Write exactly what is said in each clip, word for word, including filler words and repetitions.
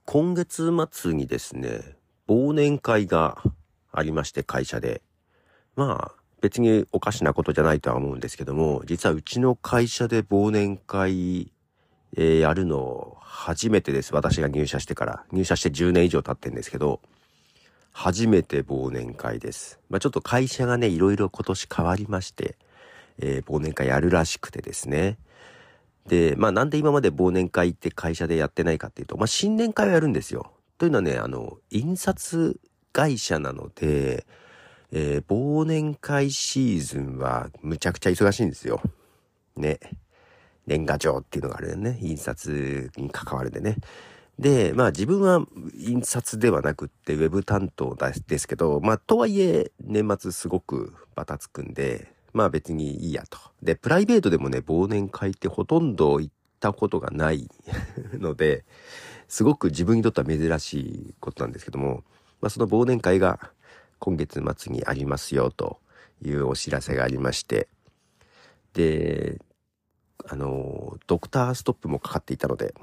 今月末にですね、忘年会がありまして、会社で。まあ、別におかしなことじゃないとは思うんですけども、実はうちの会社で忘年会、えーやるの初めてです。私が入社してから。入社してじゅうねん以上経ってんですけど、初めて忘年会です。まあちょっと会社がね、いろいろ今年変わりまして、えー忘年会やるらしくてですね。で、まあなんで今まで忘年会って会社でやってないかっていうと、まあ新年会をやるんですよ。というのはね、あの、印刷会社なので、えー忘年会シーズンはむちゃくちゃ忙しいんですよ。ね。年賀状っていうのがあるよね。印刷に関わるんでね。で、まあ自分は印刷ではなくってウェブ担当ですけど、まあとはいえ年末すごくバタつくんで、まあ別にいいやと。で、プライベートでもね、忘年会ってほとんど行ったことがないので、すごく自分にとっては珍しいことなんですけども、まあその忘年会が今月末にありますよというお知らせがありまして、で、あの、ドクターストップもかかっていたので、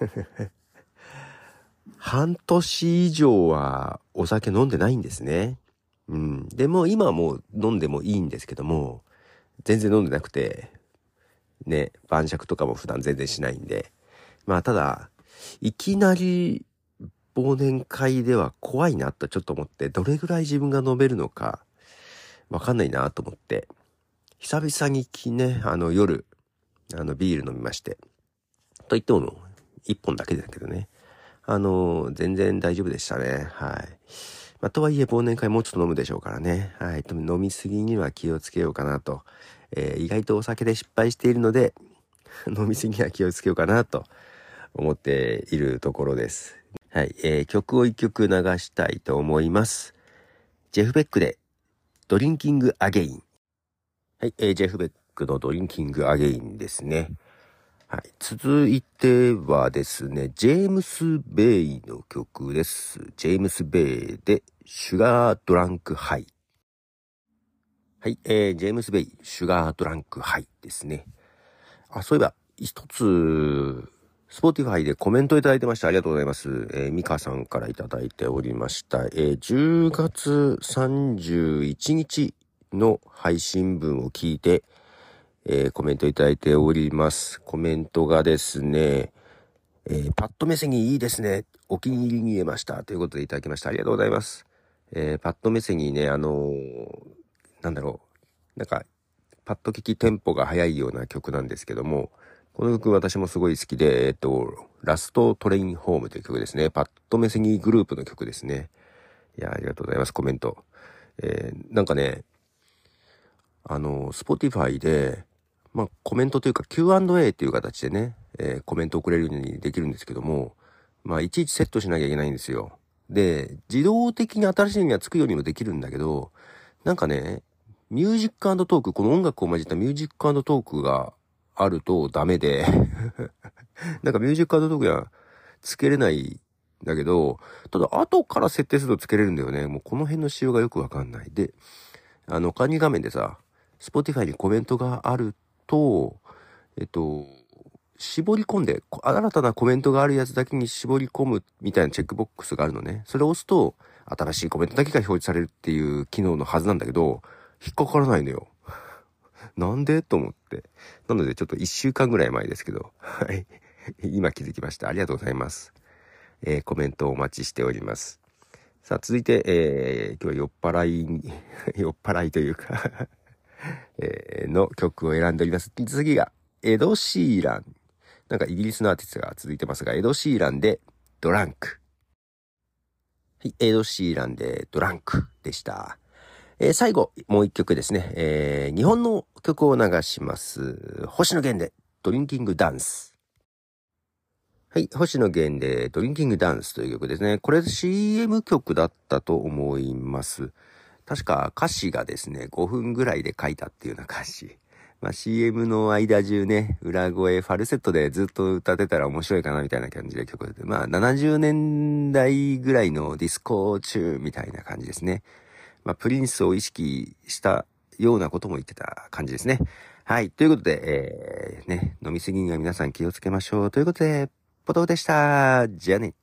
半年以上はお酒飲んでないんですね。うん。でも今はもう飲んでもいいんですけども、全然飲んでなくて、ね、晩酌とかも普段全然しないんで。まあただ、いきなり忘年会では怖いなとちょっと思って、どれぐらい自分が飲めるのかわかんないなと思って、久々にきね、あの夜、あのビール飲みまして。と言っても一本だけだけどね。あの、全然大丈夫でしたね。はい。まあ、とはいえ忘年会もうちょっと飲むでしょうからね。はい。でも飲みすぎには気をつけようかなと。えー意外とお酒で失敗しているので、飲みすぎには気をつけようかなと思っているところです。はい。えー曲を一曲流したいと思います。ジェフ・ベックでドリンキング・アゲイン。はい。えージェフ・ベックのドリンキング・アゲインですね。はい。続いてはですね、ジェームス・ベイの曲です。ジェームス・ベイで、シュガー・ドランク・ハイ。はい。えー、ジェームス・ベイ、シュガー・ドランク・ハイですね。あ、そういえば、一つ、スポティファイでコメントいただいてました。ありがとうございます。えー、ミカさんからいただいておりました。えー、じゅうがつさんじゅういちにちの配信分を聞いて、えー、コメントいただいております。コメントがですね、えー、パッド目線にいいですね。お気に入りに入れました。ということでいただきました。ありがとうございます。えー、パッド目線にね、あのー、なんだろう。なんか、パッド聞きテンポが速いような曲なんですけども、この曲私もすごい好きで、えっと、ラストトレインホームという曲ですね。パッドメセニーグループの曲ですね。いや、ありがとうございます。コメント。えー、なんかね、あの、Spotify で、まあ、コメントというか キューアンドエー っていう形でね、えーコメント送れるようにできるんですけども、まあ、いちいちセットしなきゃいけないんですよ。で、自動的に新しいのがつくようにもできるんだけど、なんかね、ミュージック&トーク、この音楽を混じったミュージック&トークがあるとダメで、なんかミュージック&トークにはつけれないんだけど、ただ後から設定するとつけれるんだよね。もうこの辺の仕様がよくわかんない。で、あの、管理画面でさ、Spotify にコメントがあると、えっと、絞り込んで、新たなコメントがあるやつだけに絞り込むみたいなチェックボックスがあるのね。それを押すと、新しいコメントだけが表示されるっていう機能のはずなんだけど、引っかからないのよ。なんでと思って。なのでちょっといっしゅうかんぐらい前ですけど、はい。今気づきました。ありがとうございます。えーコメントをお待ちしております。さあ、続いて、えー今日は酔っ払い、酔っ払いというかえーの曲を選んでおります。次が、エド・シーラン。なんかイギリスのアーティストが続いてますが、エド・シーランでドランク。はい、エド・シーランでドランクでした。えー最後、もう一曲ですね。えー日本の曲を流します。星野源でドリンキングダンス。はい、星野源でドリンキングダンスという曲ですね。これ シーエム 曲だったと思います。確か歌詞がですね、ごふんぐらいで書いたっていうような歌詞。まあ シーエム の間中ね、裏声、ファルセットでずっと歌ってたら面白いかなみたいな感じで曲で。まあななじゅうねんだいぐらいのディスコチューンみたいな感じですね。まあプリンスを意識したようなことも言ってた感じですね。はい。ということで、えー、ね、飲みすぎには皆さん気をつけましょう。ということで、ポトフでした。じゃあね。